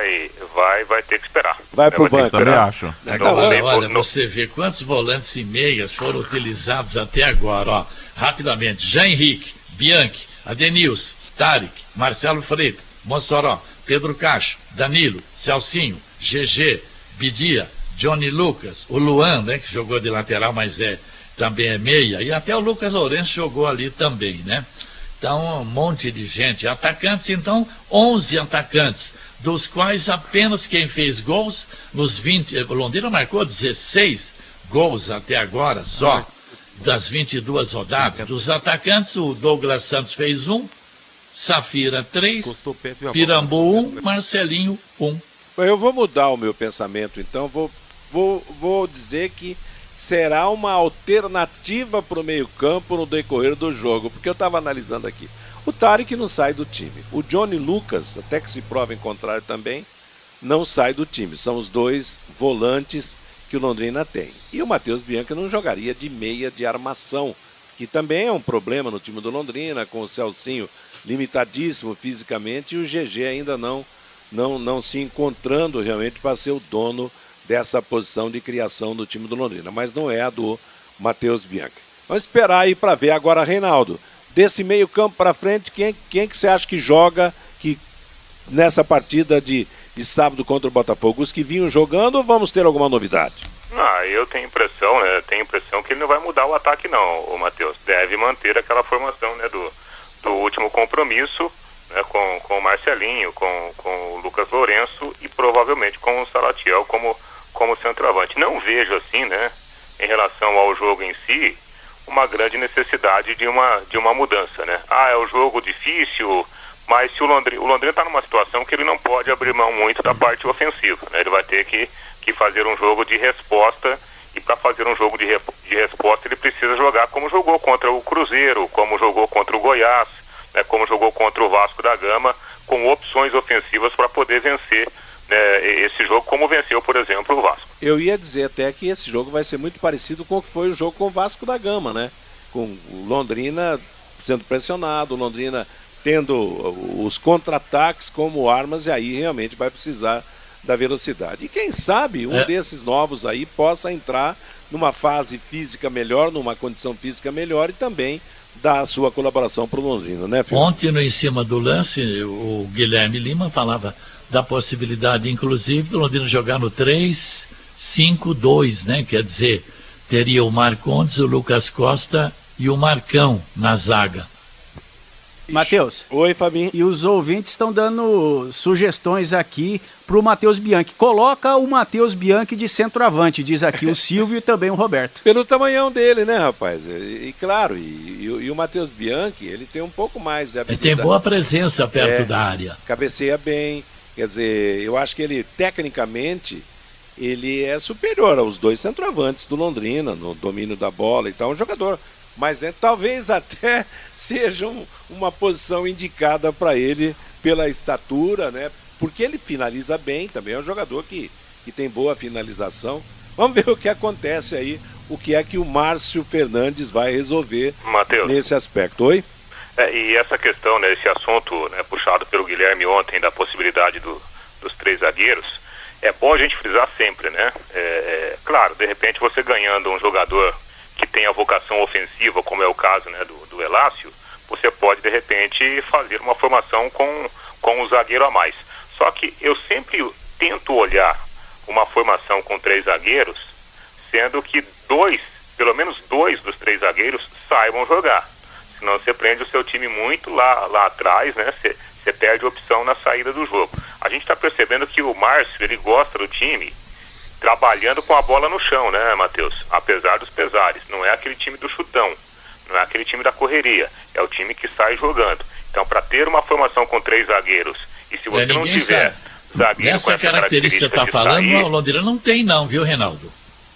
vai ter que esperar. Vai pro banco, também acho. Olha, você vê quantos volantes e meias foram utilizados até agora, ó. Rapidamente, Jean Henrique, Bianchi, Adenilson, Tarek, Marcelo Freitas, Mossoró, Pedro Cacho, Danilo, Celcinho, GG, Bidia, Johnny Lucas, o Luan, né, que jogou de lateral, mas também é meia, e até o Lucas Lourenço jogou ali também, né? Então, um monte de gente. Atacantes, então, 11 atacantes, dos quais apenas quem fez gols nos 20... O Londrina marcou 16 gols até agora, só, das 22 rodadas. Dos atacantes, o Douglas Santos fez 1, Safira 3, Pirambu 1, Marcelinho 1. Eu vou mudar o meu pensamento, então, vou dizer que será uma alternativa para o meio-campo no decorrer do jogo, porque eu estava analisando aqui. O Tarek não sai do time. O Johnny Lucas, até que se prova em contrário também, não sai do time. São os dois volantes que o Londrina tem. E o Matheus Bianchi não jogaria de meia de armação, que também é um problema no time do Londrina, com o Celcinho limitadíssimo fisicamente e o GG ainda não se encontrando realmente para ser o dono dessa posição de criação do time do Londrina, mas não é a do Matheus Bianchi. Vamos esperar aí para ver agora, Reinaldo, desse meio campo para frente, quem que você acha que joga, que nessa partida de sábado contra o Botafogo? Os que vinham jogando ou vamos ter alguma novidade? Eu tenho impressão, né? Tenho impressão que ele não vai mudar o ataque não, o Matheus. Deve manter aquela formação, né, do último compromisso, né, com o Marcelinho, com o Lucas Lourenço e provavelmente com o Salatiel como centroavante. Não vejo assim, né, em relação ao jogo em si, uma grande necessidade de uma mudança, né? É um jogo difícil, mas se o Londrina está numa situação que ele não pode abrir mão muito da parte ofensiva, né? Ele vai ter que fazer um jogo de resposta, e para fazer um jogo de resposta ele precisa jogar como jogou contra o Cruzeiro, como jogou contra o Goiás, né, como jogou contra o Vasco da Gama, com opções ofensivas para poder vencer, né, esse jogo, como venceu, por exemplo, o Vasco. Eu ia dizer até que esse jogo vai ser muito parecido com o que foi o jogo com o Vasco da Gama, né? Com o Londrina sendo pressionado, o Londrina tendo os contra-ataques como armas, e aí realmente vai precisar da velocidade. E quem sabe um desses novos aí possa entrar numa fase física melhor, numa condição física melhor, e também dar a sua colaboração para o Londrina, né, Filipe? Ontem, no Em Cima do Lance, o Guilherme Lima falava da possibilidade, inclusive, do Londrina jogar no 3-5-2, né? Quer dizer, teria o Marcondes, o Lucas Costa e o Marcão na zaga. Matheus. Oi, Fabinho. E os ouvintes estão dando sugestões aqui para o Matheus Bianchi. Coloca o Matheus Bianchi de centroavante, diz aqui o Silvio e também o Roberto. Pelo tamanhão dele, né, rapaz? E claro, e o Matheus Bianchi, ele tem um pouco mais de habilidade. Ele tem boa presença perto da área. Cabeceia bem. Quer dizer, eu acho que ele, tecnicamente, ele é superior aos dois centroavantes do Londrina, no domínio da bola e tal. Um jogador mais dentro, talvez até seja uma posição indicada para ele pela estatura, né? Porque ele finaliza bem, também é um jogador que tem boa finalização. Vamos ver o que acontece aí, o que é que o Márcio Fernandes vai resolver, Mateus, nesse aspecto. Oi? E essa questão, né, esse assunto, né, puxado pelo Guilherme ontem, da possibilidade dos 3 zagueiros, é bom a gente frisar sempre, né? Claro, de repente você ganhando um jogador que tem a vocação ofensiva, como é o caso, né, do Elácio, você pode de repente fazer uma formação com um zagueiro a mais. Só que eu sempre tento olhar uma formação com 3 zagueiros, sendo que pelo menos dois dos 3 zagueiros saibam jogar. Senão você prende o seu time muito lá atrás, né? Você perde opção na saída do jogo. A gente está percebendo que o Márcio, ele gosta do time trabalhando com a bola no chão, né, Matheus? Apesar dos pesares. Não é aquele time do chutão, não é aquele time da correria, é o time que sai jogando. Então, para ter uma formação com 3 zagueiros, e se você não tiver zagueiro nessa característica que você está falando, o Londrina não tem não, viu, Reinaldo?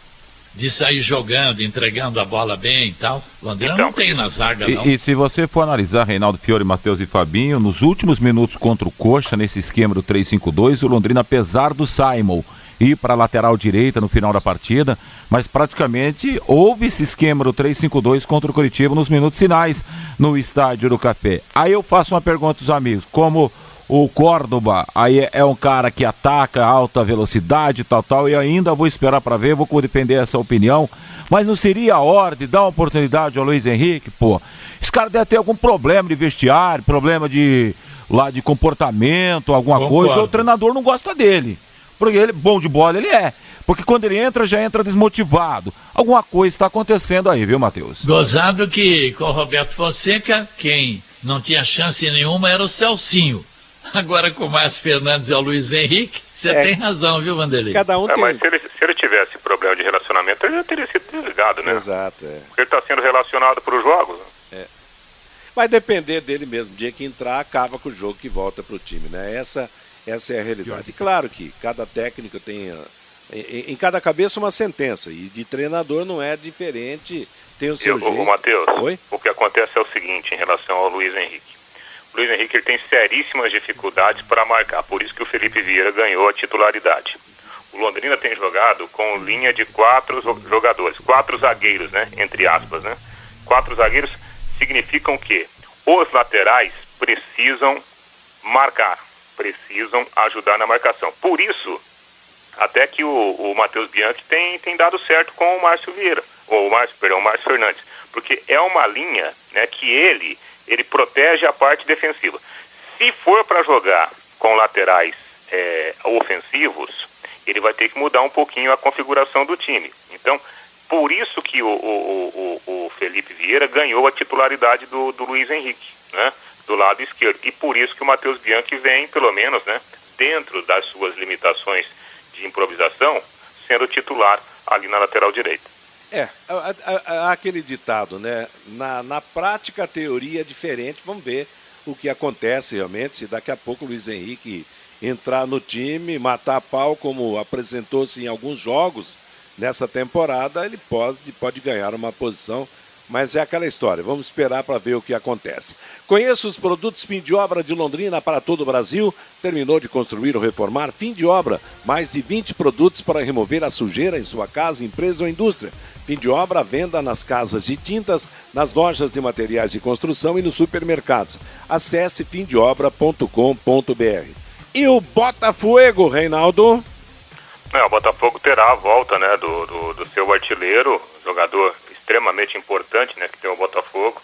De sair jogando, entregando a bola bem e tal. O Londrina não tem na zaga, não. E se você for analisar, Reinaldo Fiore, Matheus e Fabinho, nos últimos minutos contra o Coxa, nesse esquema do 3-5-2, o Londrina, apesar do Simon ir para a lateral direita no final da partida, mas praticamente houve esse esquema do 3-5-2 contra o Curitiba nos minutos finais no Estádio do Café. Aí eu faço uma pergunta aos amigos, como o Córdoba aí é um cara que ataca alta velocidade, tal, e ainda vou esperar para ver, vou defender essa opinião, mas não seria a hora de dar uma oportunidade ao Luiz Henrique, pô? Esse cara deve ter algum problema de vestiário, problema de comportamento, alguma coisa, o treinador não gosta dele. Porque ele, bom de bola, ele é. Porque quando ele entra, já entra desmotivado. Alguma coisa está acontecendo aí, viu, Matheus? Gozado que com o Roberto Fonseca, quem não tinha chance nenhuma era o Celcinho. Agora com o Márcio Fernandes e o Luiz Henrique, você tem razão, viu, Vanderlei? Cada um tem... Mas se ele tivesse problema de relacionamento, ele já teria sido desligado, né? Exato, Porque ele está sendo relacionado para os jogos. Vai depender dele mesmo. O dia que entrar, acaba com o jogo que volta para o time, né? Essa é a realidade. E claro que cada técnico tem, em cada cabeça, uma sentença. E de treinador não é diferente, tem o seu jeito. Matheus, o que acontece é o seguinte em relação ao Luiz Henrique. O Luiz Henrique ele tem seríssimas dificuldades para marcar, por isso que o Felipe Vieira ganhou a titularidade. O Londrina tem jogado com linha de 4 jogadores, 4 zagueiros, né, entre aspas, né? 4 zagueiros significam que os laterais precisam marcar, precisam ajudar na marcação. Por isso, até que o Matheus Bianchi tem dado certo com o Márcio Fernandes, porque é uma linha, né, que ele protege a parte defensiva. Se for para jogar com laterais ofensivos, ele vai ter que mudar um pouquinho a configuração do time. Então, por isso que o Felipe Vieira ganhou a titularidade do Luiz Henrique, né, do lado esquerdo. E por isso que o Matheus Bianchi vem, pelo menos, né, dentro das suas limitações de improvisação, sendo titular ali na lateral direita. Há aquele ditado, né? Na prática, a teoria é diferente. Vamos ver o que acontece realmente, se daqui a pouco o Luiz Henrique entrar no time, matar a pau, como apresentou-se em alguns jogos nessa temporada, ele pode ganhar uma posição, mas é aquela história. Vamos esperar para ver o que acontece. Conheça os produtos Fim de Obra de Londrina para todo o Brasil. Terminou de construir ou reformar? Fim de Obra. Mais de 20 produtos para remover a sujeira em sua casa, empresa ou indústria. Fim de Obra, venda nas casas de tintas, nas lojas de materiais de construção e nos supermercados. Acesse fimdeobra.com.br. E o Botafogo, Reinaldo? O Botafogo terá a volta, né, do seu artilheiro, jogador extremamente importante, né, que tem o Botafogo,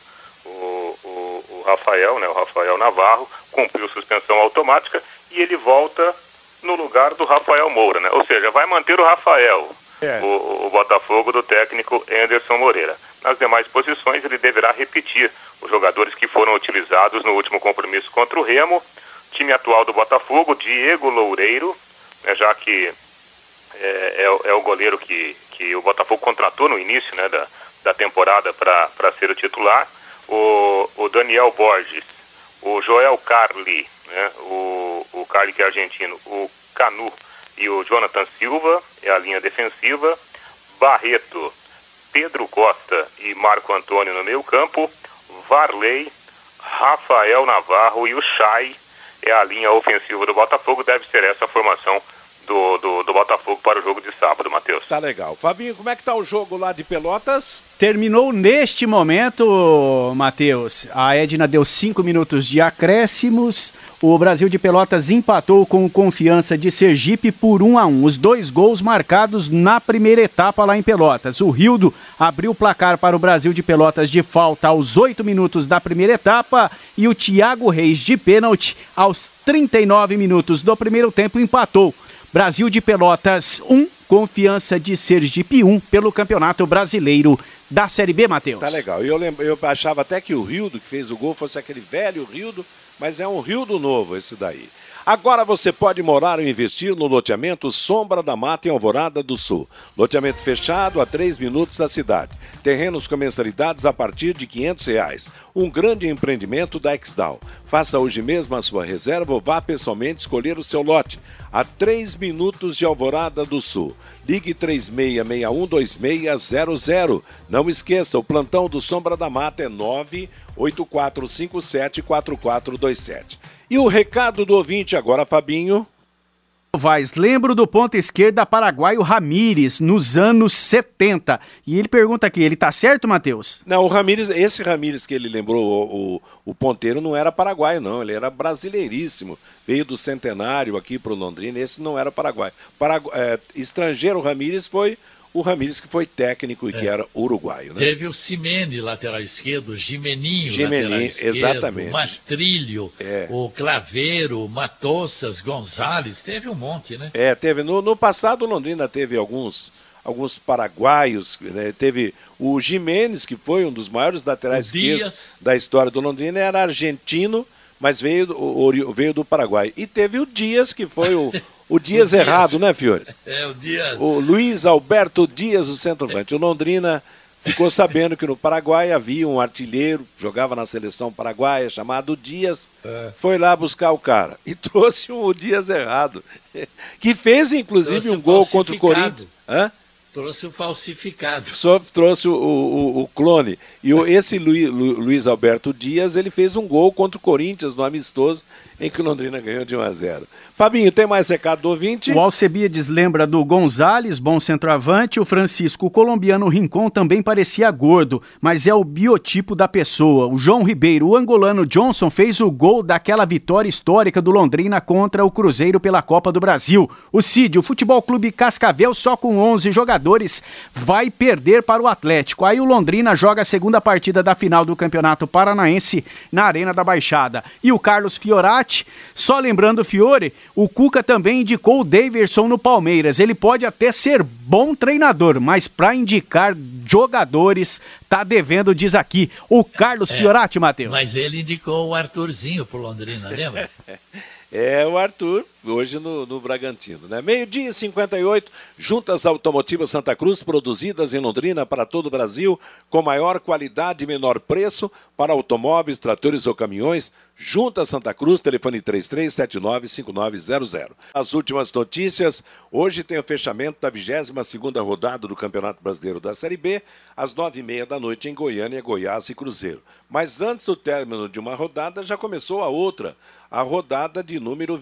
o Rafael, né, o Rafael Navarro, cumpriu suspensão automática e ele volta no lugar do Rafael Moura, né? Ou seja, vai manter o Rafael, o Botafogo do técnico Anderson Moreira. Nas demais posições ele deverá repetir os jogadores que foram utilizados no último compromisso contra o Remo. Time atual do Botafogo, Diego Loureiro, né, já que é o goleiro que o Botafogo contratou no início, né, da temporada para ser o titular. O Daniel Borges, o Joel Carli, né, o Carli que é argentino, o Canu e o Jonathan Silva é a linha defensiva. Barreto, Pedro Costa e Marco Antônio no meio campo. Varley, Rafael Navarro e o Chay é a linha ofensiva do Botafogo. Deve ser essa a formação do Botafogo para o jogo de sábado, Matheus. Tá legal. Fabinho, como é que tá o jogo lá de Pelotas? Terminou neste momento, Matheus. A Edna deu 5 minutos de acréscimos. O Brasil de Pelotas empatou com o Confiança de Sergipe por 1-1. Os 2 gols marcados na primeira etapa lá em Pelotas. O Rildo abriu o placar para o Brasil de Pelotas de falta aos 8 minutos da primeira etapa e o Thiago Reis de pênalti aos 39 minutos do primeiro tempo empatou. Brasil de Pelotas 1, Confiança de Sergipe 1 pelo Campeonato Brasileiro da Série B, Matheus. Tá legal. Eu achava até que o Rildo, que fez o gol, fosse aquele velho Rildo, mas é um Rildo novo esse daí. Agora você pode morar ou investir no loteamento Sombra da Mata em Alvorada do Sul. Loteamento fechado a 3 minutos da cidade. Terrenos com mensalidades a partir de R$500. Um grande empreendimento da Exdal. Faça hoje mesmo a sua reserva ou vá pessoalmente escolher o seu lote. A 3 minutos de Alvorada do Sul. Ligue 3661-2600. Não esqueça, o plantão do Sombra da Mata é 98457-4427. E o recado do ouvinte agora, Fabinho. Lembro do ponta esquerda paraguaio Ramírez, nos anos 70. E ele pergunta aqui, ele tá certo, Matheus? Não, o Ramírez, esse Ramírez que ele lembrou, o ponteiro não era paraguaio, não. Ele era brasileiríssimo. Veio do Centenário aqui pro Londrina, esse não era paraguaio. Estrangeiro Ramírez foi o Ramírez que foi técnico e que era uruguaio, né? Teve o Cimene, lateral esquerdo, Gimeninho, lateral esquerdo, exatamente. o Mastrilho, o Claveiro, Matossas, Gonzalez, teve um monte, né? Teve. No passado o Londrina teve alguns paraguaios, né? Teve o Jimenez, que foi um dos maiores laterais esquerdos da história do Londrina, era argentino, mas veio do Paraguai. E teve o Dias, que foi o Dias errado, né, Fiore? O Dias. O Luiz Alberto Dias, o centroavante. O Londrina ficou sabendo que no Paraguai havia um artilheiro, jogava na seleção paraguaia, chamado Dias. Foi lá buscar o cara e trouxe o Dias errado, que fez, inclusive, um gol contra o Corinthians. Trouxe o falsificado. Trouxe o clone. E esse Luiz Alberto Dias, ele fez um gol contra o Corinthians no amistoso, em que o Londrina ganhou de 1-0. Fabinho, tem mais recado do ouvinte? O Alcebiades lembra do Gonzalez, bom centroavante. O Francisco, o colombiano Rincon, também parecia gordo, mas é o biotipo da pessoa. O João Ribeiro, o angolano Johnson, fez o gol daquela vitória histórica do Londrina contra o Cruzeiro pela Copa do Brasil. O Cid, o Futebol Clube Cascavel, só com 11 jogadores, jogadores, vai perder para o Atlético. Aí o Londrina joga a segunda partida da final do Campeonato Paranaense na Arena da Baixada. E o Carlos Fiorati, só lembrando o Fiore, o Cuca também indicou o Daverson no Palmeiras. Ele pode até ser bom treinador, mas para indicar jogadores, tá devendo, diz aqui o Carlos Fiorati, Matheus. Mas ele indicou o Arthurzinho pro Londrina, lembra? É o Arthur, hoje no Bragantino, né? 12h58, juntas automotivas Santa Cruz, produzidas em Londrina para todo o Brasil, com maior qualidade e menor preço, para automóveis, tratores ou caminhões. Juntas Santa Cruz, telefone 3379-5900. As últimas notícias, hoje tem o fechamento da 22ª rodada do Campeonato Brasileiro da Série B, às 9h30 da noite em Goiânia, Goiás e Cruzeiro. Mas antes do término de uma rodada, já começou a outra, a rodada de número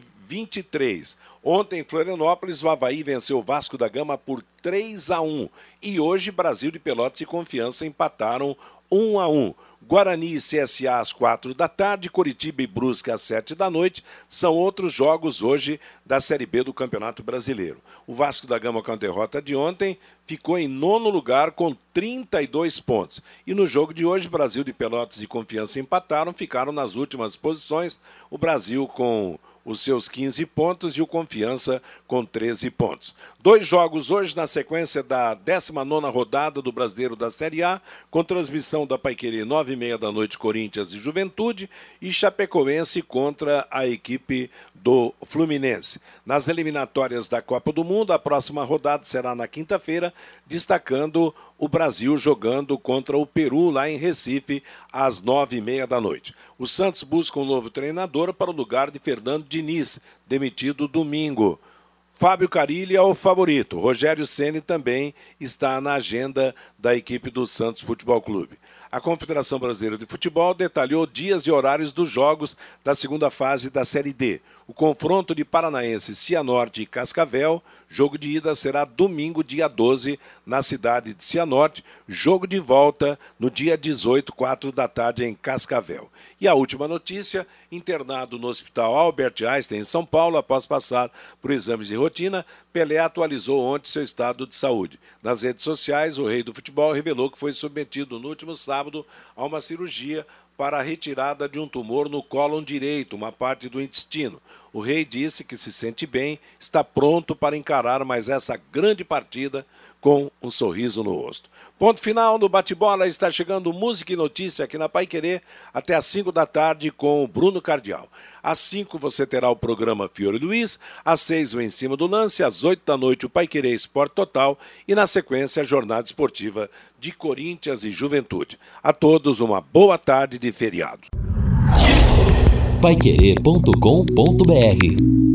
23. Ontem, em Florianópolis, o Avaí venceu o Vasco da Gama por 3-1. E hoje, Brasil de Pelotas e Confiança empataram 1-1. Guarani e CSA às 4 da tarde, Coritiba e Brusque às 7 da noite, são outros jogos hoje da Série B do Campeonato Brasileiro. O Vasco da Gama, com a derrota de ontem, ficou em 9º lugar com 32 pontos. E no jogo de hoje, Brasil de Pelotas e Confiança empataram, ficaram nas últimas posições, o Brasil com os seus 15 pontos e o Confiança com 13 pontos. 2 jogos hoje na sequência da 19ª rodada do Brasileiro da Série A, com transmissão da Paiquerê, 9h30 da noite, Corinthians e Juventude, e Chapecoense contra a equipe do Fluminense. Nas eliminatórias da Copa do Mundo, a próxima rodada será na quinta-feira, destacando o Brasil jogando contra o Peru, lá em Recife, às 9h30 da noite. O Santos busca um novo treinador para o lugar de Fernando Diniz, demitido domingo. Fábio Carille é o favorito. Rogério Ceni também está na agenda da equipe do Santos Futebol Clube. A Confederação Brasileira de Futebol detalhou dias e horários dos jogos da segunda fase da Série D. O confronto de Paranaense, Cianorte e Cascavel, jogo de ida será domingo, dia 12, na cidade de Cianorte. Jogo de volta no dia 18, 4 da tarde, em Cascavel. E a última notícia, internado no Hospital Albert Einstein, em São Paulo, após passar por exames de rotina, Pelé atualizou ontem seu estado de saúde. Nas redes sociais, o rei do futebol revelou que foi submetido no último sábado a uma cirurgia para a retirada de um tumor no cólon direito, uma parte do intestino. O rei disse que se sente bem, está pronto para encarar mais essa grande partida com um sorriso no rosto. Ponto final no bate-bola, está chegando música e notícia aqui na Paiquerê, até às 5 da tarde com o Bruno Cardial. Às 5 você terá o programa Fiore Luiz, às 6 o Em Cima do Lance, às 8 da noite o Paiquerê Esporte Total e na sequência a jornada esportiva de Corinthians e Juventude. A todos uma boa tarde de feriado. Paiquerê.com.br